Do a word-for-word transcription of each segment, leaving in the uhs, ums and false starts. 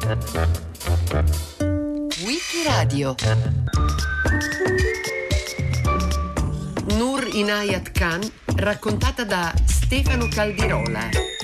Wikiradio. Nur Inayat Khan, raccontata da Stefano Caldirola.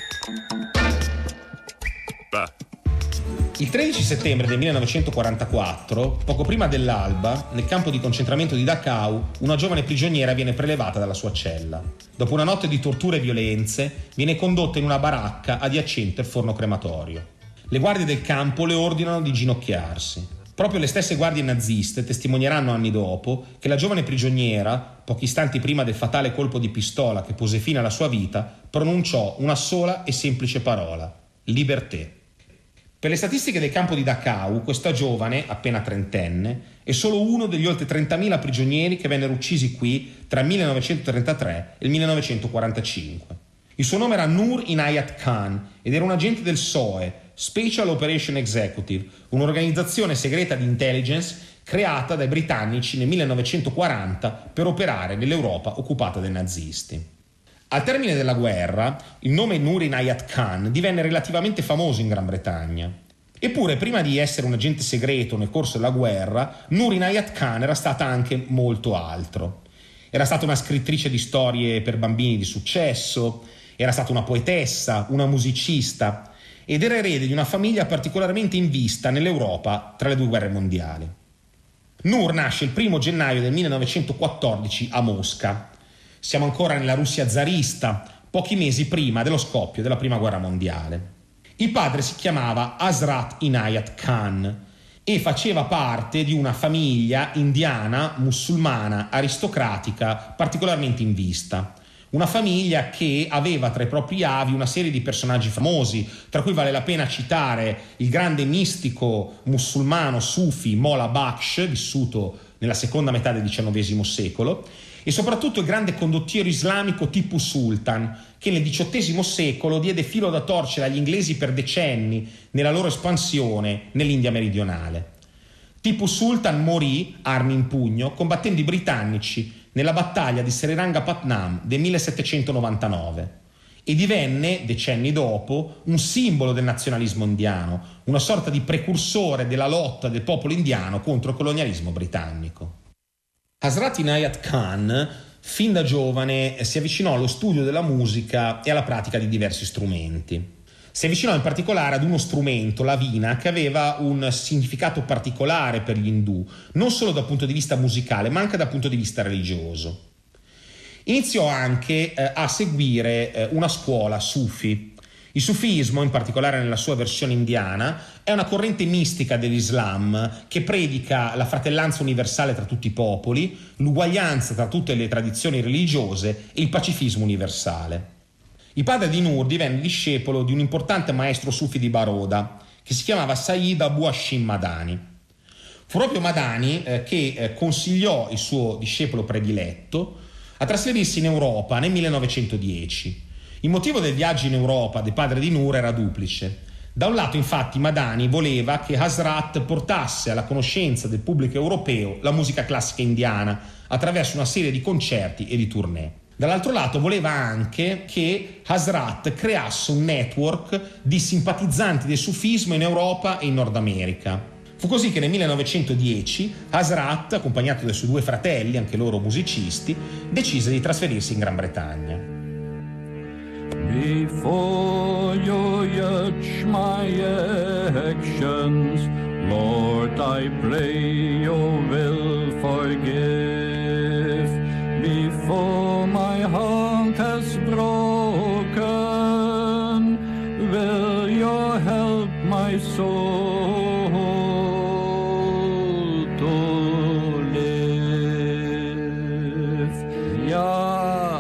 Il tredici settembre del millenovecentoquarantaquattro, poco prima dell'alba, nel campo di concentramento di Dachau, una giovane prigioniera viene prelevata dalla sua cella. Dopo una notte di torture e violenze, viene condotta in una baracca adiacente al forno crematorio. Le guardie del campo le ordinano di ginocchiarsi. Proprio le stesse guardie naziste testimonieranno anni dopo che la giovane prigioniera, pochi istanti prima del fatale colpo di pistola che pose fine alla sua vita, pronunciò una sola e semplice parola: liberté. Per le statistiche del campo di Dachau, questa giovane, appena trentenne, è solo uno degli oltre trentamila prigionieri che vennero uccisi qui tra il millenovecentotrentatré e il millenovecentoquarantacinque. Il suo nome era Nur Inayat Khan ed era un agente del S O E, Special Operation Executive, un'organizzazione segreta di intelligence creata dai britannici nel millenovecentoquaranta per operare nell'Europa occupata dai nazisti. Al termine della guerra, il nome Nur Inayat Khan divenne relativamente famoso in Gran Bretagna. Eppure, prima di essere un agente segreto nel corso della guerra, Nur Inayat Khan era stata anche molto altro. Era stata una scrittrice di storie per bambini di successo, era stata una poetessa, una musicista ed era erede di una famiglia particolarmente in vista nell'Europa tra le due guerre mondiali. Nur nasce il primo gennaio del millenovecentoquattordici a Mosca. Siamo ancora nella Russia zarista, pochi mesi prima dello scoppio della Prima Guerra Mondiale. Il padre si chiamava Hazrat Inayat Khan e faceva parte di una famiglia indiana, musulmana, aristocratica, particolarmente in vista. Una famiglia che aveva tra i propri avi una serie di personaggi famosi, tra cui vale la pena citare il grande mistico musulmano sufi Mola Bakhsh, vissuto nella seconda metà del diciannovesimo secolo, e soprattutto il grande condottiero islamico Tipu Sultan, che nel diciottesimo secolo diede filo da torcere agli inglesi per decenni nella loro espansione nell'India meridionale. Tipu Sultan morì, armi in pugno, combattendo i britannici nella battaglia di Serinangapatnam del millesettecentonovantanove e divenne, decenni dopo, un simbolo del nazionalismo indiano, una sorta di precursore della lotta del popolo indiano contro il colonialismo britannico. Hazrat Inayat Khan, fin da giovane, si avvicinò allo studio della musica e alla pratica di diversi strumenti. Si avvicinò in particolare ad uno strumento, la vina, che aveva un significato particolare per gli indù, non solo dal punto di vista musicale, ma anche dal punto di vista religioso. Iniziò anche eh, a seguire eh, una scuola sufi. Il sufismo, in particolare nella sua versione indiana, è una corrente mistica dell'Islam che predica la fratellanza universale tra tutti i popoli, l'uguaglianza tra tutte le tradizioni religiose e il pacifismo universale. Il padre di Nur divenne discepolo di un importante maestro sufi di Baroda, che si chiamava Sayyid Abu Hashim Madani. Fu proprio Madani eh, che eh, consigliò il suo discepolo prediletto a trasferirsi in Europa nel millenovecentodieci. Il motivo del viaggio in Europa del padre di Nur era duplice. Da un lato, infatti, Madani voleva che Hazrat portasse alla conoscenza del pubblico europeo la musica classica indiana attraverso una serie di concerti e di tournée. Dall'altro lato voleva anche che Hazrat creasse un network di simpatizzanti del sufismo in Europa e in Nord America. Fu così che nel millenovecentodieci Hazrat, accompagnato dai suoi due fratelli, anche loro musicisti, decise di trasferirsi in Gran Bretagna. Before you judge my actions, Lord, I pray you will forgive. Before my heart has broken, will you help my soul to live? Ya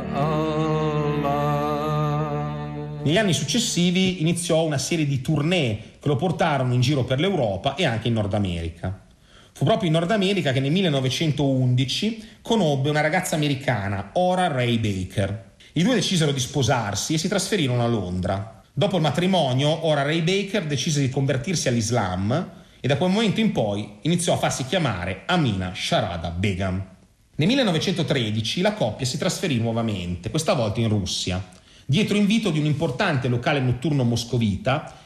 Allah. Negli anni successivi iniziò una serie di tournée che lo portarono in giro per l'Europa e anche in Nord America. Fu proprio in Nord America che nel millenovecentoundici conobbe una ragazza americana, Ora Ray Baker. I due decisero di sposarsi e si trasferirono a Londra. Dopo il matrimonio, Ora Ray Baker decise di convertirsi all'Islam e da quel momento in poi iniziò a farsi chiamare Amina Sharada Begum. Nel millenovecentotredici la coppia si trasferì nuovamente, questa volta in Russia, dietro invito di un importante locale notturno moscovita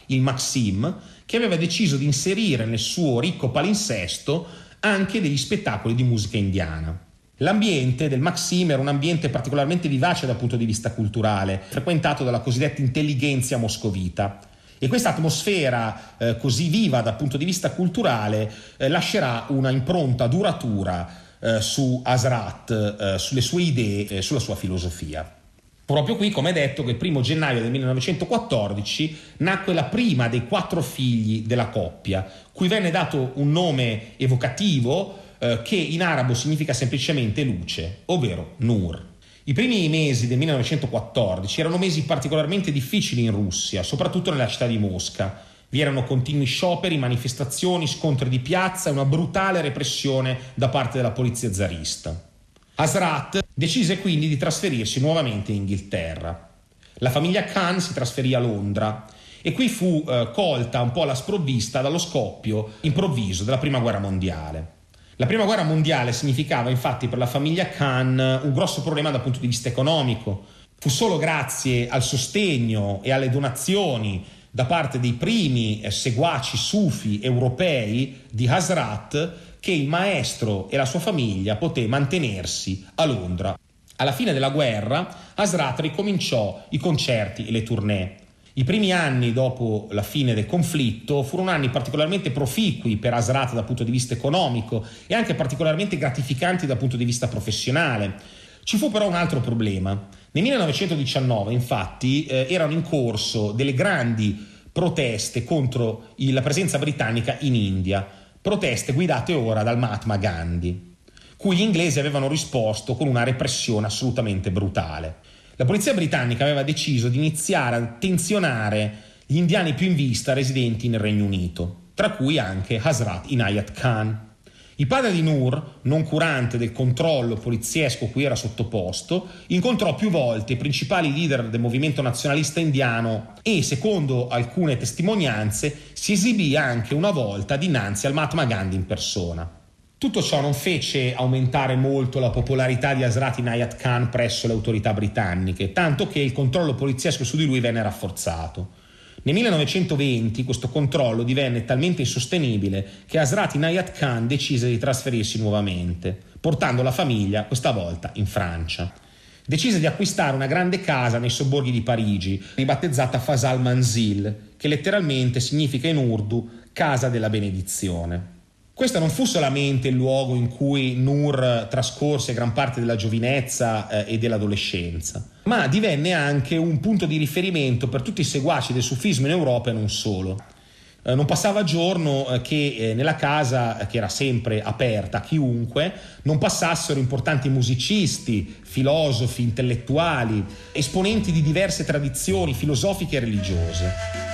il Maxim, che aveva deciso di inserire nel suo ricco palinsesto anche degli spettacoli di musica indiana. L'ambiente del Maxim era un ambiente particolarmente vivace dal punto di vista culturale, frequentato dalla cosiddetta intellighenzia moscovita. E questa atmosfera eh, così viva dal punto di vista culturale eh, lascerà una impronta duratura eh, su Hazrat, eh, sulle sue idee e sulla sua filosofia. Proprio qui, come detto, che il primo gennaio del millenovecentoquattordici nacque la prima dei quattro figli della coppia, cui venne dato un nome evocativo eh, che in arabo significa semplicemente luce, ovvero Nur. I primi mesi del millenovecentoquattordici erano mesi particolarmente difficili in Russia, soprattutto nella città di Mosca. Vi erano continui scioperi, manifestazioni, scontri di piazza e una brutale repressione da parte della polizia zarista. Hazrat decise quindi di trasferirsi nuovamente in Inghilterra. La famiglia Khan si trasferì a Londra e qui fu eh, colta un po' alla sprovvista dallo scoppio improvviso della Prima Guerra Mondiale. La Prima Guerra Mondiale significava infatti per la famiglia Khan un grosso problema dal punto di vista economico. Fu solo grazie al sostegno e alle donazioni da parte dei primi eh, seguaci sufi europei di Hazrat che il maestro e la sua famiglia poté mantenersi a Londra. Alla fine della guerra, Hazrat ricominciò i concerti e le tournée. I primi anni dopo la fine del conflitto furono anni particolarmente proficui per Hazrat dal punto di vista economico e anche particolarmente gratificanti dal punto di vista professionale. Ci fu però un altro problema. Nel millenovecentodiciannove, infatti, eh, erano in corso delle grandi proteste contro la presenza britannica in India, proteste guidate ora dal Mahatma Gandhi, cui gli inglesi avevano risposto con una repressione assolutamente brutale. La polizia britannica aveva deciso di iniziare a attenzionare gli indiani più in vista residenti nel Regno Unito, tra cui anche Hazrat Inayat Khan. Il padre di Nur, non curante del controllo poliziesco cui era sottoposto, incontrò più volte i principali leader del movimento nazionalista indiano e, secondo alcune testimonianze, si esibì anche una volta dinanzi al Mahatma Gandhi in persona. Tutto ciò non fece aumentare molto la popolarità di Hazrat Inayat Khan presso le autorità britanniche, tanto che il controllo poliziesco su di lui venne rafforzato. Nel millenovecentoventi questo controllo divenne talmente insostenibile che Hazrat Inayat Khan decise di trasferirsi nuovamente, portando la famiglia questa volta in Francia. Decise di acquistare una grande casa nei sobborghi di Parigi, ribattezzata Fasal Manzil, che letteralmente significa in urdu casa della benedizione. Questo non fu solamente il luogo in cui Nur trascorse gran parte della giovinezza eh, e dell'adolescenza, ma divenne anche un punto di riferimento per tutti i seguaci del sufismo in Europa e non solo. Eh, non passava giorno eh, che eh, nella casa, eh, che era sempre aperta a chiunque, non passassero importanti musicisti, filosofi, intellettuali, esponenti di diverse tradizioni filosofiche e religiose.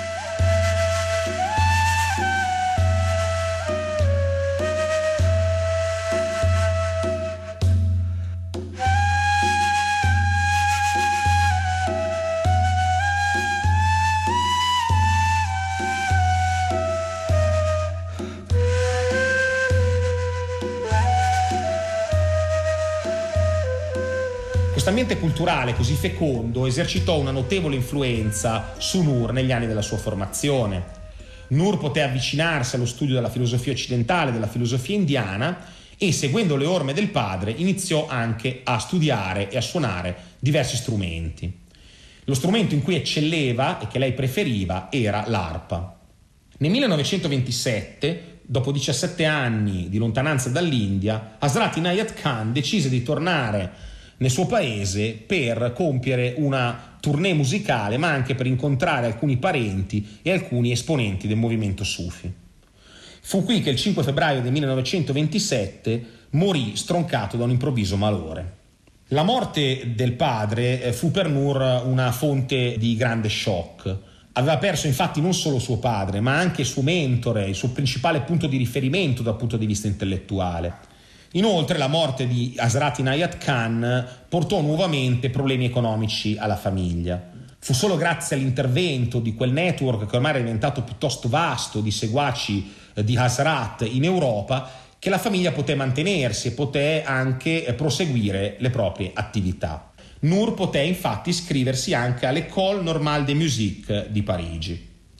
Quest'ambiente culturale così fecondo esercitò una notevole influenza su Nur negli anni della sua formazione. Nur poté avvicinarsi allo studio della filosofia occidentale, della filosofia indiana e, seguendo le orme del padre, iniziò anche a studiare e a suonare diversi strumenti. Lo strumento in cui eccelleva e che lei preferiva era l'arpa. Nel millenovecentoventisette, dopo diciassette anni di lontananza dall'India, Hazrat Inayat Khan decise di tornare nel suo paese per compiere una tournée musicale, ma anche per incontrare alcuni parenti e alcuni esponenti del movimento sufi. Fu qui che il cinque febbraio del millenovecentoventisette morì stroncato da un improvviso malore. La morte del padre fu per Nur una fonte di grande shock. Aveva perso infatti non solo suo padre, ma anche il suo mentore, il suo principale punto di riferimento dal punto di vista intellettuale. Inoltre la morte di Hazrat Inayat Khan portò nuovamente problemi economici alla famiglia. Fu solo grazie all'intervento di quel network che ormai era diventato piuttosto vasto di seguaci di Hazrat in Europa che la famiglia poté mantenersi e poté anche proseguire le proprie attività. Nur poté infatti iscriversi anche all'École Normale de Musique di Parigi.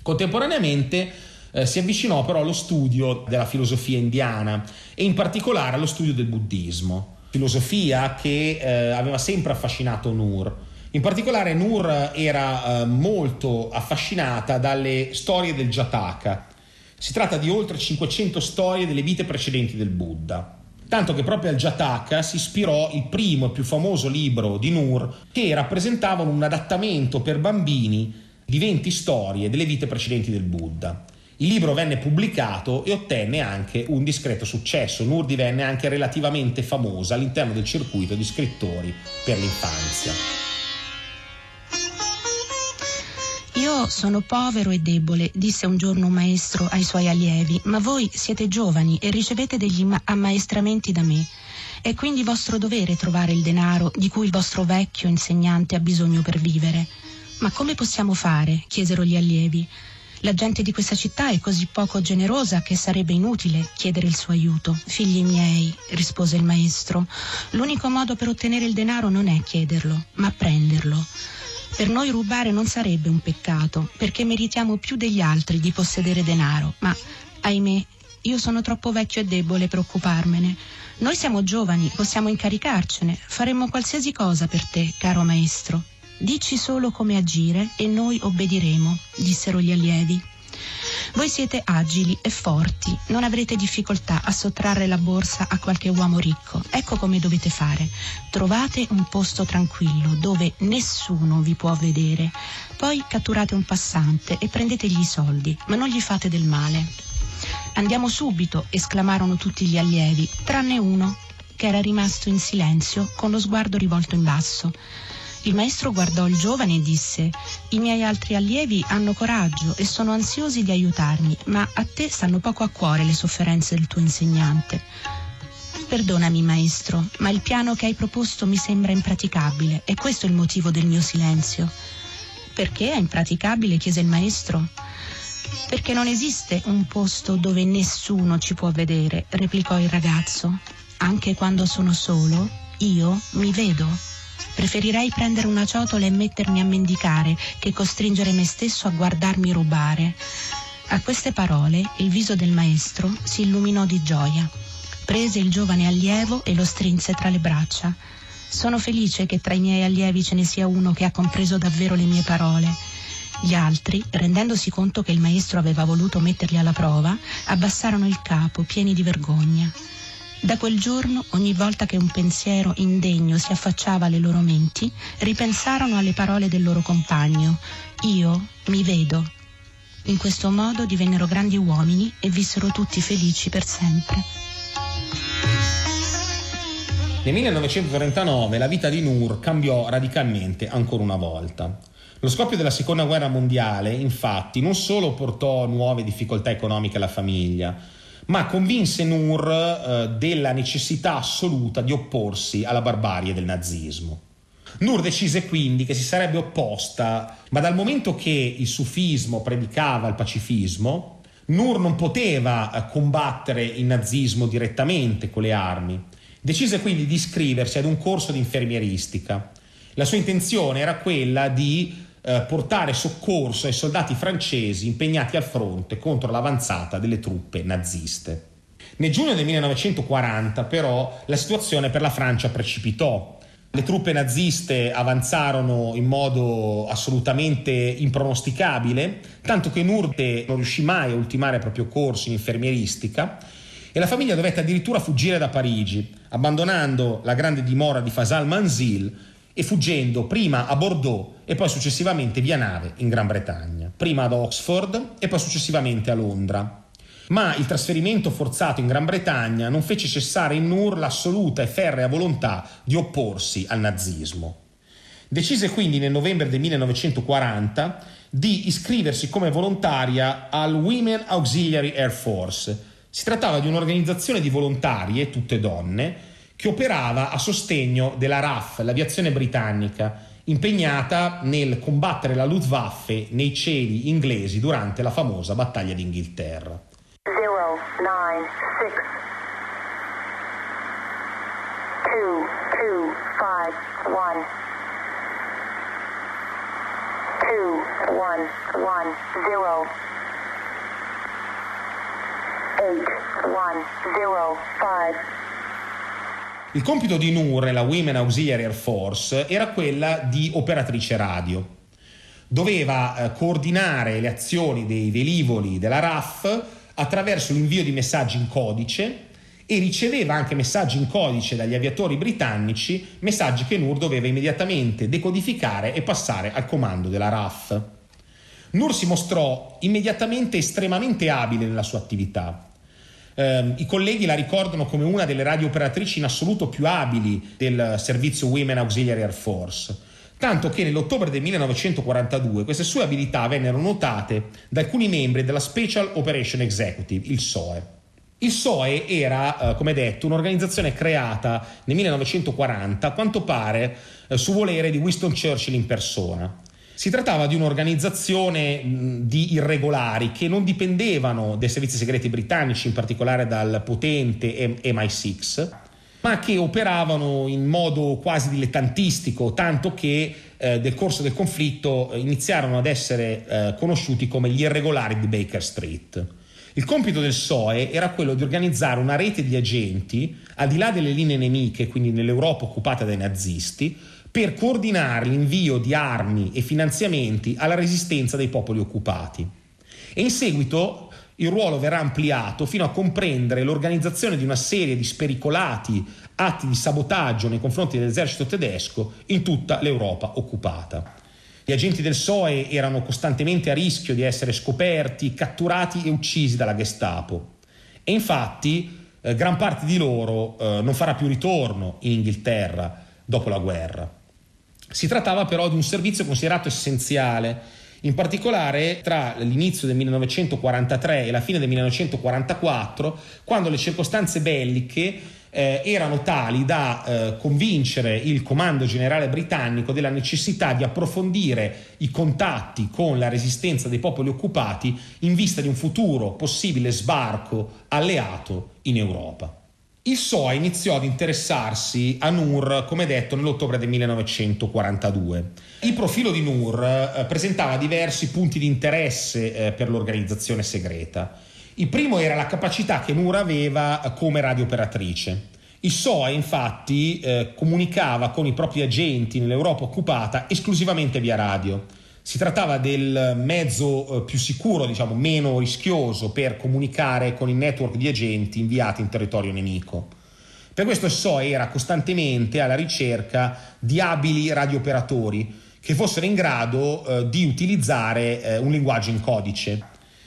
Contemporaneamente eh, si avvicinò però allo studio della filosofia indiana e in particolare allo studio del buddismo, filosofia che eh, aveva sempre affascinato Noor. In particolare Noor era eh, molto affascinata dalle storie del Jataka. Si tratta di oltre cinquecento storie delle vite precedenti del Buddha, tanto che proprio al Jataka si ispirò il primo e più famoso libro di Noor, che rappresentavano un adattamento per bambini di venti storie delle vite precedenti del Buddha. Il libro venne pubblicato e ottenne anche un discreto successo. Noor divenne anche relativamente famosa all'interno del circuito di scrittori per l'infanzia. Io sono povero e debole, disse un giorno un maestro ai suoi allievi, ma voi siete giovani e ricevete degli ma- ammaestramenti da me. È quindi vostro dovere trovare il denaro di cui il vostro vecchio insegnante ha bisogno per vivere. Ma come possiamo fare? Chiesero gli allievi. La gente di questa città è così poco generosa che sarebbe inutile chiedere il suo aiuto. Figli miei, rispose il maestro, l'unico modo per ottenere il denaro non è chiederlo, ma prenderlo. Per noi rubare non sarebbe un peccato, perché meritiamo più degli altri di possedere denaro, ma, ahimè, io sono troppo vecchio e debole per occuparmene. Noi siamo giovani, possiamo incaricarcene, faremmo qualsiasi cosa per te, caro maestro. Dici solo come agire e noi obbediremo, dissero gli allievi. Voi siete agili e forti, non avrete difficoltà a sottrarre la borsa a qualche uomo ricco. Ecco come dovete fare. Trovate un posto tranquillo dove nessuno vi può vedere. Poi catturate un passante e prendetegli i soldi, ma non gli fate del male. Andiamo subito, esclamarono tutti gli allievi, tranne uno, che era rimasto in silenzio con lo sguardo rivolto in basso. Il maestro guardò il giovane e disse: i miei altri allievi hanno coraggio e sono ansiosi di aiutarmi, ma a te stanno poco a cuore le sofferenze del tuo insegnante. Perdonami, maestro, ma il piano che hai proposto mi sembra impraticabile e questo è il motivo del mio silenzio. Perché è impraticabile? Chiese il maestro. Perché non esiste un posto dove nessuno ci può vedere, replicò il ragazzo. Anche quando sono solo, io mi vedo. Preferirei prendere una ciotola e mettermi a mendicare che costringere me stesso a guardarmi rubare. A queste parole il viso del maestro si illuminò di gioia. Prese il giovane allievo e lo strinse tra le braccia. Sono felice che tra i miei allievi ce ne sia uno che ha compreso davvero le mie parole. Gli altri, rendendosi conto che il maestro aveva voluto metterli alla prova, abbassarono il capo, pieni di vergogna. Da quel giorno, ogni volta che un pensiero indegno si affacciava alle loro menti, ripensarono alle parole del loro compagno. Io mi vedo. In questo modo divennero grandi uomini e vissero tutti felici per sempre. Nel millenovecentotrentanove la vita di Noor cambiò radicalmente ancora una volta. Lo scoppio della seconda guerra mondiale, infatti, non solo portò nuove difficoltà economiche alla famiglia, ma convinse Noor eh, della necessità assoluta di opporsi alla barbarie del nazismo. Noor decise quindi che si sarebbe opposta, ma dal momento che il sufismo predicava il pacifismo, Noor non poteva eh, combattere il nazismo direttamente con le armi. Decise quindi di iscriversi ad un corso di infermieristica. La sua intenzione era quella di eh, portare soccorso ai soldati francesi impegnati al fronte contro l'avanzata delle truppe naziste. Nel giugno del millenovecentoquaranta, però, la situazione per la Francia precipitò. Le truppe naziste avanzarono in modo assolutamente impronosticabile, tanto che Noor non riuscì mai a ultimare il proprio corso in infermieristica e la famiglia dovette addirittura fuggire da Parigi, abbandonando la grande dimora di Fasal Manzil e fuggendo prima a Bordeaux e poi successivamente via nave in Gran Bretagna, prima ad Oxford e poi successivamente a Londra. Ma il trasferimento forzato in Gran Bretagna non fece cessare in Noor l'assoluta e ferrea volontà di opporsi al nazismo. Decise quindi nel novembre del millenovecentoquaranta di iscriversi come volontaria al Women Auxiliary Air Force. Si trattava di un'organizzazione di volontarie, tutte donne, che operava a sostegno della R A F, l'aviazione britannica, impegnata nel combattere la Luftwaffe nei cieli inglesi durante la famosa battaglia d'Inghilterra. zero nine six two two five one two one one zero. eight one zero five. Il compito di Noor nella Women Auxiliary Air Force era quella di operatrice radio. Doveva eh, coordinare le azioni dei velivoli della R A F attraverso l'invio di messaggi in codice e riceveva anche messaggi in codice dagli aviatori britannici, messaggi che Noor doveva immediatamente decodificare e passare al comando della R A F. Noor si mostrò immediatamente estremamente abile nella sua attività. Eh, I colleghi la ricordano come una delle radiooperatrici in assoluto più abili del servizio Women Auxiliary Air Force, tanto che nell'ottobre del millenovecentoquarantadue queste sue abilità vennero notate da alcuni membri della Special Operation Executive, il S O E. Il S O E era, eh, come detto, un'organizzazione creata nel millenovecentoquaranta, a quanto pare eh, su volere di Winston Churchill in persona. Si trattava di un'organizzazione mh, di irregolari che non dipendevano dai servizi segreti britannici, in particolare dal potente M I sei, ma che operavano in modo quasi dilettantistico, tanto che eh, nel corso del conflitto eh, iniziarono ad essere eh, conosciuti come gli irregolari di Baker Street. Il compito del S O E era quello di organizzare una rete di agenti al di là delle linee nemiche, quindi nell'Europa occupata dai nazisti, per coordinare l'invio di armi e finanziamenti alla resistenza dei popoli occupati. E in seguito il ruolo verrà ampliato fino a comprendere l'organizzazione di una serie di spericolati atti di sabotaggio nei confronti dell'esercito tedesco in tutta l'Europa occupata. Gli agenti del S O E erano costantemente a rischio di essere scoperti, catturati e uccisi dalla Gestapo. E infatti eh, gran parte di loro eh, non farà più ritorno in Inghilterra dopo la guerra. Si trattava però di un servizio considerato essenziale, in particolare tra l'inizio del millenovecentoquarantatré e la fine del millenovecentoquarantaquattro, quando le circostanze belliche eh, erano tali da eh, convincere il comando generale britannico della necessità di approfondire i contatti con la resistenza dei popoli occupati in vista di un futuro possibile sbarco alleato in Europa. Il S O E iniziò ad interessarsi a Noor, come detto, nell'ottobre del millenovecentoquarantadue. Il profilo di Noor eh, presentava diversi punti di interesse eh, per l'organizzazione segreta. Il primo era la capacità che Noor aveva come radiooperatrice. Il S O E infatti eh, comunicava con i propri agenti nell'Europa occupata esclusivamente via radio. Si trattava del mezzo eh, più sicuro, diciamo meno rischioso per comunicare con il network di agenti inviati in territorio nemico. Per questo il S O E era costantemente alla ricerca di abili radiooperatori che fossero in grado eh, di utilizzare eh, un linguaggio in codice.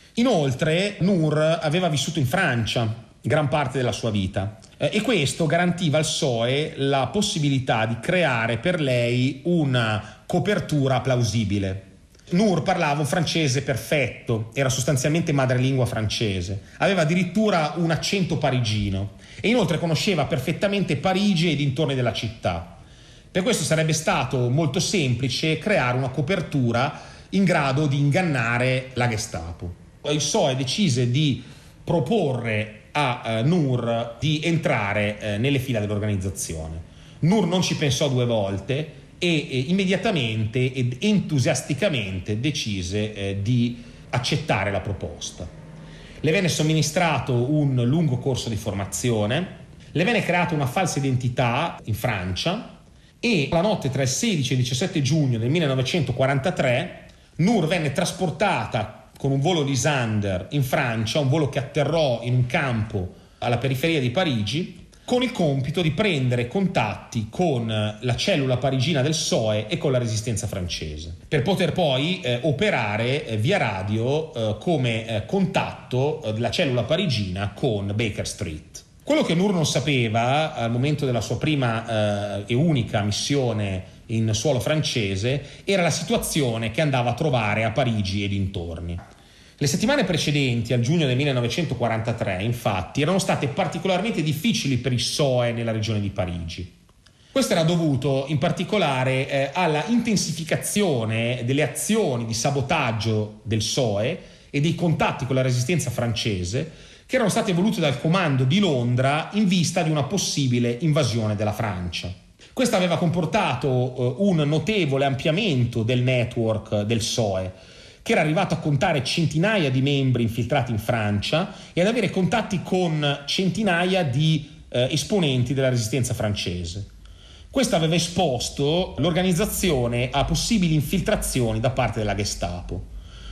Inoltre Noor aveva vissuto in Francia gran parte della sua vita eh, e questo garantiva al S O E la possibilità di creare per lei una copertura plausibile. Noor parlava un francese perfetto, era sostanzialmente madrelingua francese, aveva addirittura un accento parigino e inoltre conosceva perfettamente Parigi e i dintorni della città. Per questo sarebbe stato molto semplice creare una copertura in grado di ingannare la Gestapo. Il S O E decise di proporre a eh, Noor di entrare eh, nelle fila dell'organizzazione. Noor non ci pensò due volte e eh, immediatamente ed entusiasticamente decise eh, di accettare la proposta. Le venne somministrato un lungo corso di formazione, le venne creata una falsa identità in Francia e la notte tra il sedici e il diciassette giugno del millenovecentoquarantatré Noor venne trasportata con un volo Lysander in Francia, un volo che atterrò in un campo alla periferia di Parigi, con il compito di prendere contatti con la cellula parigina del S O E e con la resistenza francese, per poter poi eh, operare eh, via radio eh, come eh, contatto eh, della cellula parigina con Baker Street. Quello che Noor non sapeva al momento della sua prima eh, e unica missione in suolo francese era la situazione che andava a trovare a Parigi e dintorni. Le settimane precedenti, al giugno del millenovecentoquarantatré, infatti, erano state particolarmente difficili per il S O E nella regione di Parigi. Questo era dovuto in particolare eh, alla intensificazione delle azioni di sabotaggio del S O E e dei contatti con la resistenza francese che erano state volute dal comando di Londra in vista di una possibile invasione della Francia. Questo aveva comportato eh, un notevole ampliamento del network del S O E, che era arrivato a contare centinaia di membri infiltrati in Francia e ad avere contatti con centinaia di eh, esponenti della resistenza francese. Questo aveva esposto l'organizzazione a possibili infiltrazioni da parte della Gestapo.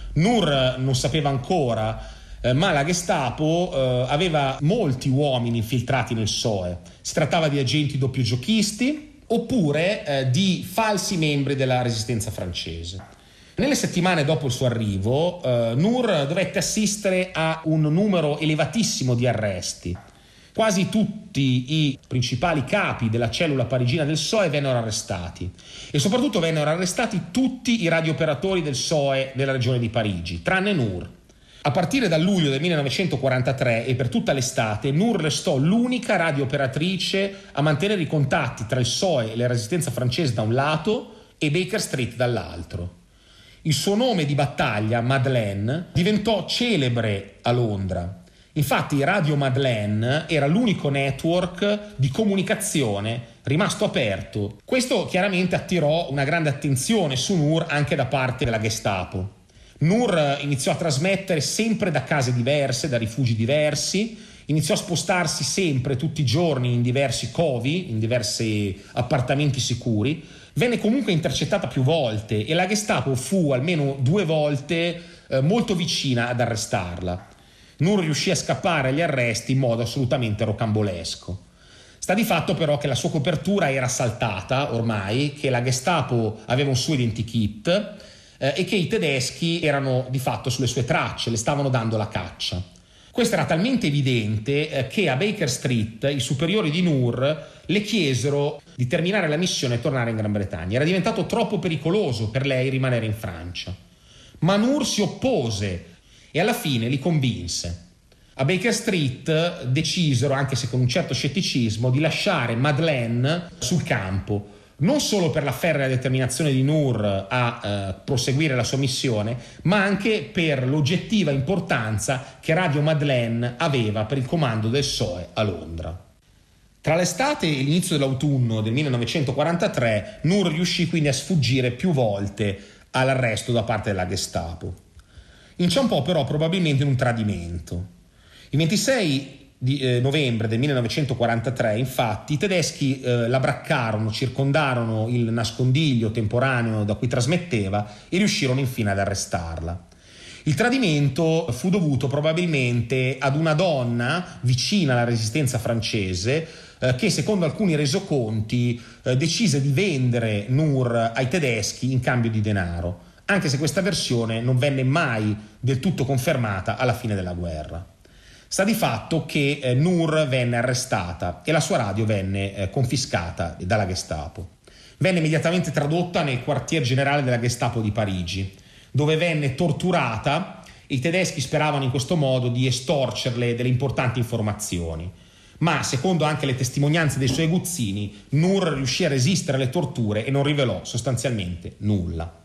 Nur non sapeva ancora, eh, ma la Gestapo eh, aveva molti uomini infiltrati nel S O E. Si trattava di agenti doppiogiochisti oppure eh, di falsi membri della resistenza francese. Nelle settimane dopo il suo arrivo, eh, Nur dovette assistere a un numero elevatissimo di arresti. Quasi tutti i principali capi della cellula parigina del S O E vennero arrestati e soprattutto vennero arrestati tutti i radiooperatori del S O E della regione di Parigi, tranne Nur. A partire da luglio del millenovecentoquarantatré e per tutta l'estate, Nur restò l'unica radiooperatrice a mantenere i contatti tra il S O E e la resistenza francese da un lato e Baker Street dall'altro. Il suo nome di battaglia, Madeleine, diventò celebre a Londra. Infatti Radio Madeleine era l'unico network di comunicazione rimasto aperto. Questo chiaramente attirò una grande attenzione su Nur anche da parte della Gestapo. Nur iniziò a trasmettere sempre da case diverse, da rifugi diversi, iniziò a spostarsi sempre, tutti i giorni, in diversi covi, in diversi appartamenti sicuri. Venne comunque intercettata più volte e la Gestapo fu almeno due volte eh, molto vicina ad arrestarla. Nur riuscì a scappare agli arresti in modo assolutamente rocambolesco. Sta di fatto però che la sua copertura era saltata ormai, che la Gestapo aveva un suo identikit eh, e che i tedeschi erano di fatto sulle sue tracce, le stavano dando la caccia. Questo era talmente evidente eh, che a Baker Street i superiori di Nur le chiesero di terminare la missione e tornare in Gran Bretagna. Era diventato troppo pericoloso per lei rimanere in Francia. Ma Nur si oppose e alla fine li convinse. A Baker Street decisero, anche se con un certo scetticismo, di lasciare Madeleine sul campo, non solo per la ferrea determinazione di Nur a eh, proseguire la sua missione, ma anche per l'oggettiva importanza che Radio Madeleine aveva per il comando del S O E a Londra. Tra l'estate e l'inizio dell'autunno del millenovecentoquarantatré, Nur riuscì quindi a sfuggire più volte all'arresto da parte della Gestapo. Inciampò però probabilmente in un tradimento. Il ventisei di eh, novembre del millenovecentoquarantatré, infatti, i tedeschi eh, la braccarono, circondarono il nascondiglio temporaneo da cui trasmetteva e riuscirono infine ad arrestarla. Il tradimento fu dovuto probabilmente ad una donna vicina alla resistenza francese eh, che, secondo alcuni resoconti, eh, decise di vendere Nur ai tedeschi in cambio di denaro, anche se questa versione non venne mai del tutto confermata alla fine della guerra. Sta di fatto che eh, Nur venne arrestata e la sua radio venne eh, confiscata dalla Gestapo. Venne immediatamente tradotta nel quartier generale della Gestapo di Parigi, dove venne torturata e i tedeschi speravano in questo modo di estorcerle delle importanti informazioni. Ma, secondo anche le testimonianze dei suoi aguzzini, Nur riuscì a resistere alle torture e non rivelò sostanzialmente nulla.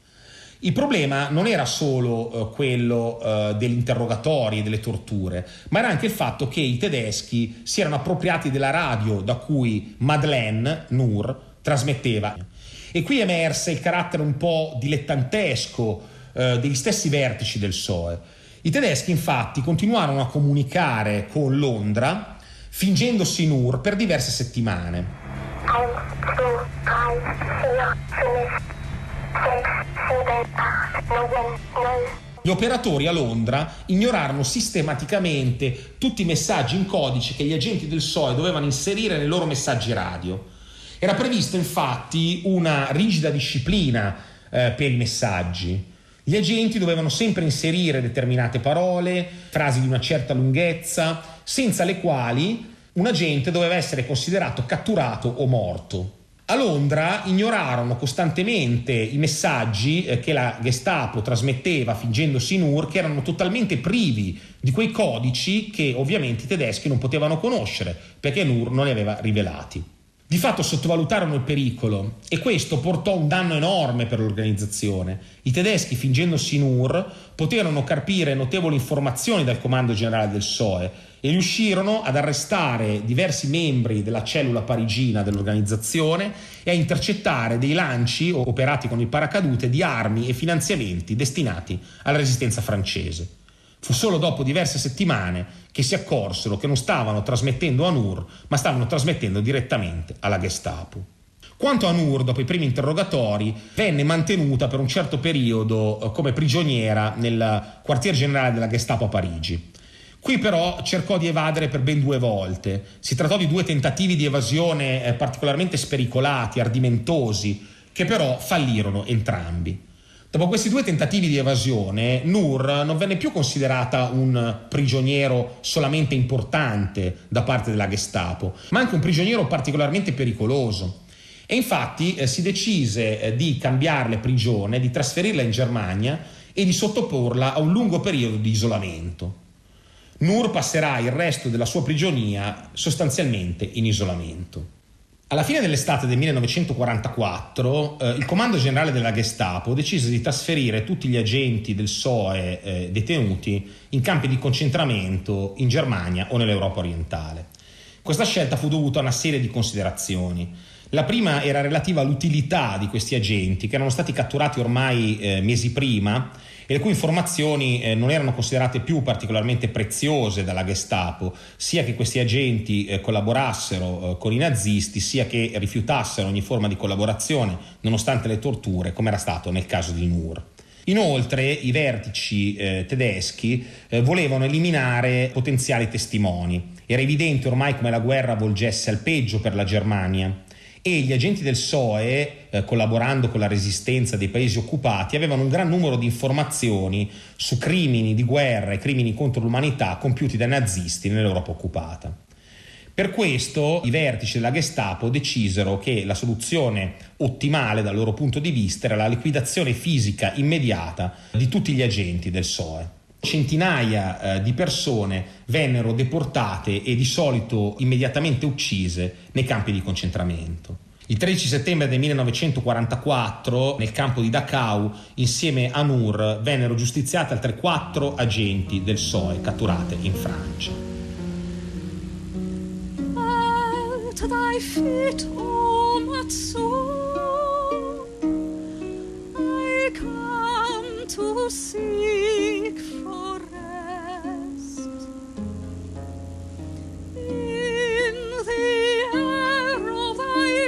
Il problema non era solo uh, quello uh, degli interrogatori e delle torture, ma era anche il fatto che i tedeschi si erano appropriati della radio da cui Madeleine, Nur, trasmetteva. E qui emerse il carattere un po' dilettantesco uh, degli stessi vertici del S O E. I tedeschi infatti continuarono a comunicare con Londra fingendosi Nur per diverse settimane. Gli operatori a Londra ignorarono sistematicamente tutti i messaggi in codice che gli agenti del S O E dovevano inserire nei loro messaggi radio. Era prevista infatti una rigida disciplina eh, per i messaggi. Gli agenti dovevano sempre inserire determinate parole, frasi di una certa lunghezza, senza le quali un agente doveva essere considerato catturato o morto. A Londra ignorarono costantemente i messaggi eh, che la Gestapo trasmetteva fingendosi Nur, che erano totalmente privi di quei codici che ovviamente i tedeschi non potevano conoscere perché Nur non li aveva rivelati. Di fatto sottovalutarono il pericolo e questo portò un danno enorme per l'organizzazione. I tedeschi, fingendosi Nur, poterono carpire notevoli informazioni dal comando generale del S O E e riuscirono ad arrestare diversi membri della cellula parigina dell'organizzazione e a intercettare dei lanci operati con il paracadute di armi e finanziamenti destinati alla resistenza francese. Fu solo dopo diverse settimane che si accorsero che non stavano trasmettendo a Nur, ma stavano trasmettendo direttamente alla Gestapo. Quanto a Nur, dopo i primi interrogatori, venne mantenuta per un certo periodo come prigioniera nel quartier generale della Gestapo a Parigi. Qui però cercò di evadere per ben due volte. Si trattò di due tentativi di evasione particolarmente spericolati, ardimentosi, che però fallirono entrambi. Dopo questi due tentativi di evasione, Nur non venne più considerata un prigioniero solamente importante da parte della Gestapo, ma anche un prigioniero particolarmente pericoloso. E infatti eh, si decise eh, di cambiarle prigione, di trasferirla in Germania e di sottoporla a un lungo periodo di isolamento. Nur passerà il resto della sua prigionia sostanzialmente in isolamento. Alla fine dell'estate del millenovecentoquarantaquattro eh, il comando generale della Gestapo decise di trasferire tutti gli agenti del S O E eh, detenuti in campi di concentramento in Germania o nell'Europa orientale. Questa scelta fu dovuta a una serie di considerazioni. La prima era relativa all'utilità di questi agenti che erano stati catturati ormai eh, mesi prima e le cui informazioni eh, non erano considerate più particolarmente preziose dalla Gestapo, sia che questi agenti eh, collaborassero eh, con i nazisti, sia che rifiutassero ogni forma di collaborazione nonostante le torture, come era stato nel caso di Nur. Inoltre i vertici eh, tedeschi eh, volevano eliminare potenziali testimoni. Era evidente ormai come la guerra volgesse al peggio per la Germania e gli agenti del S O E, eh, collaborando con la resistenza dei paesi occupati, avevano un gran numero di informazioni su crimini di guerra e crimini contro l'umanità compiuti dai nazisti nell'Europa occupata. Per questo i vertici della Gestapo decisero che la soluzione ottimale dal loro punto di vista era la liquidazione fisica immediata di tutti gli agenti del S O E. Centinaia eh, di persone vennero deportate e di solito immediatamente uccise nei campi di concentramento. Il tredici settembre del millenovecentoquarantaquattro, nel campo di Dachau, insieme a Nur, vennero giustiziate altre quattro agenti del S O E catturate in Francia. At thy feet, O Matsu, I come to seek for rest. In the air of thy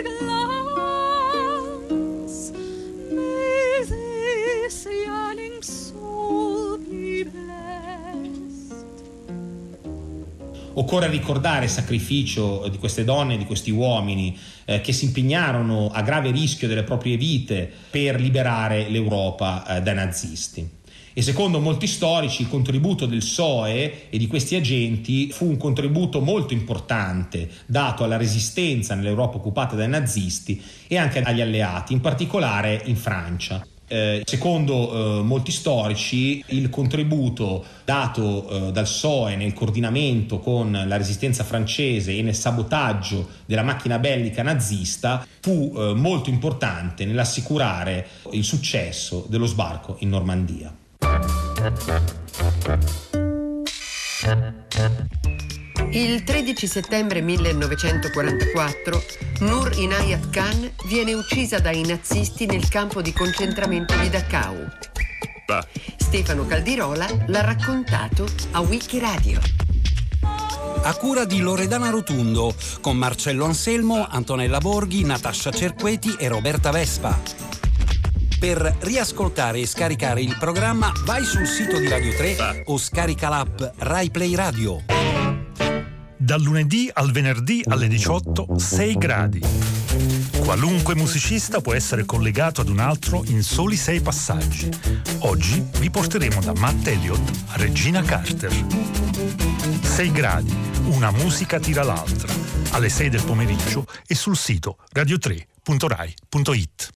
glance, may this yearning soul be blessed. Occorre ricordare il sacrificio di queste donne e di questi uomini eh, che si impegnarono a grave rischio delle proprie vite per liberare l'Europa eh, dai nazisti. E secondo molti storici il contributo del S O E e di questi agenti fu un contributo molto importante dato alla resistenza nell'Europa occupata dai nazisti e anche agli alleati, in particolare in Francia. Eh, secondo eh, molti storici il contributo dato eh, dal S O E nel coordinamento con la resistenza francese e nel sabotaggio della macchina bellica nazista fu eh, molto importante nell'assicurare il successo dello sbarco in Normandia. Il tredici settembre millenovecentoquarantaquattro Nur Inayat Khan viene uccisa dai nazisti nel campo di concentramento di Dachau. Stefano Caldirola l'ha raccontato a Wikiradio. A cura di Loredana Rotundo, con Marcello Anselmo, Antonella Borghi, Natascia Cerqueti e Roberta Vespa. Per riascoltare e scaricare il programma vai sul sito di Radio tre o scarica l'app Rai Play Radio. Dal lunedì al venerdì alle diciotto, sei gradi. Qualunque musicista può essere collegato ad un altro in soli sei passaggi. Oggi vi porteremo da Matt Elliott a Regina Carter. sei gradi, una musica tira l'altra, alle sei del pomeriggio e sul sito radio tre punto rai punto it.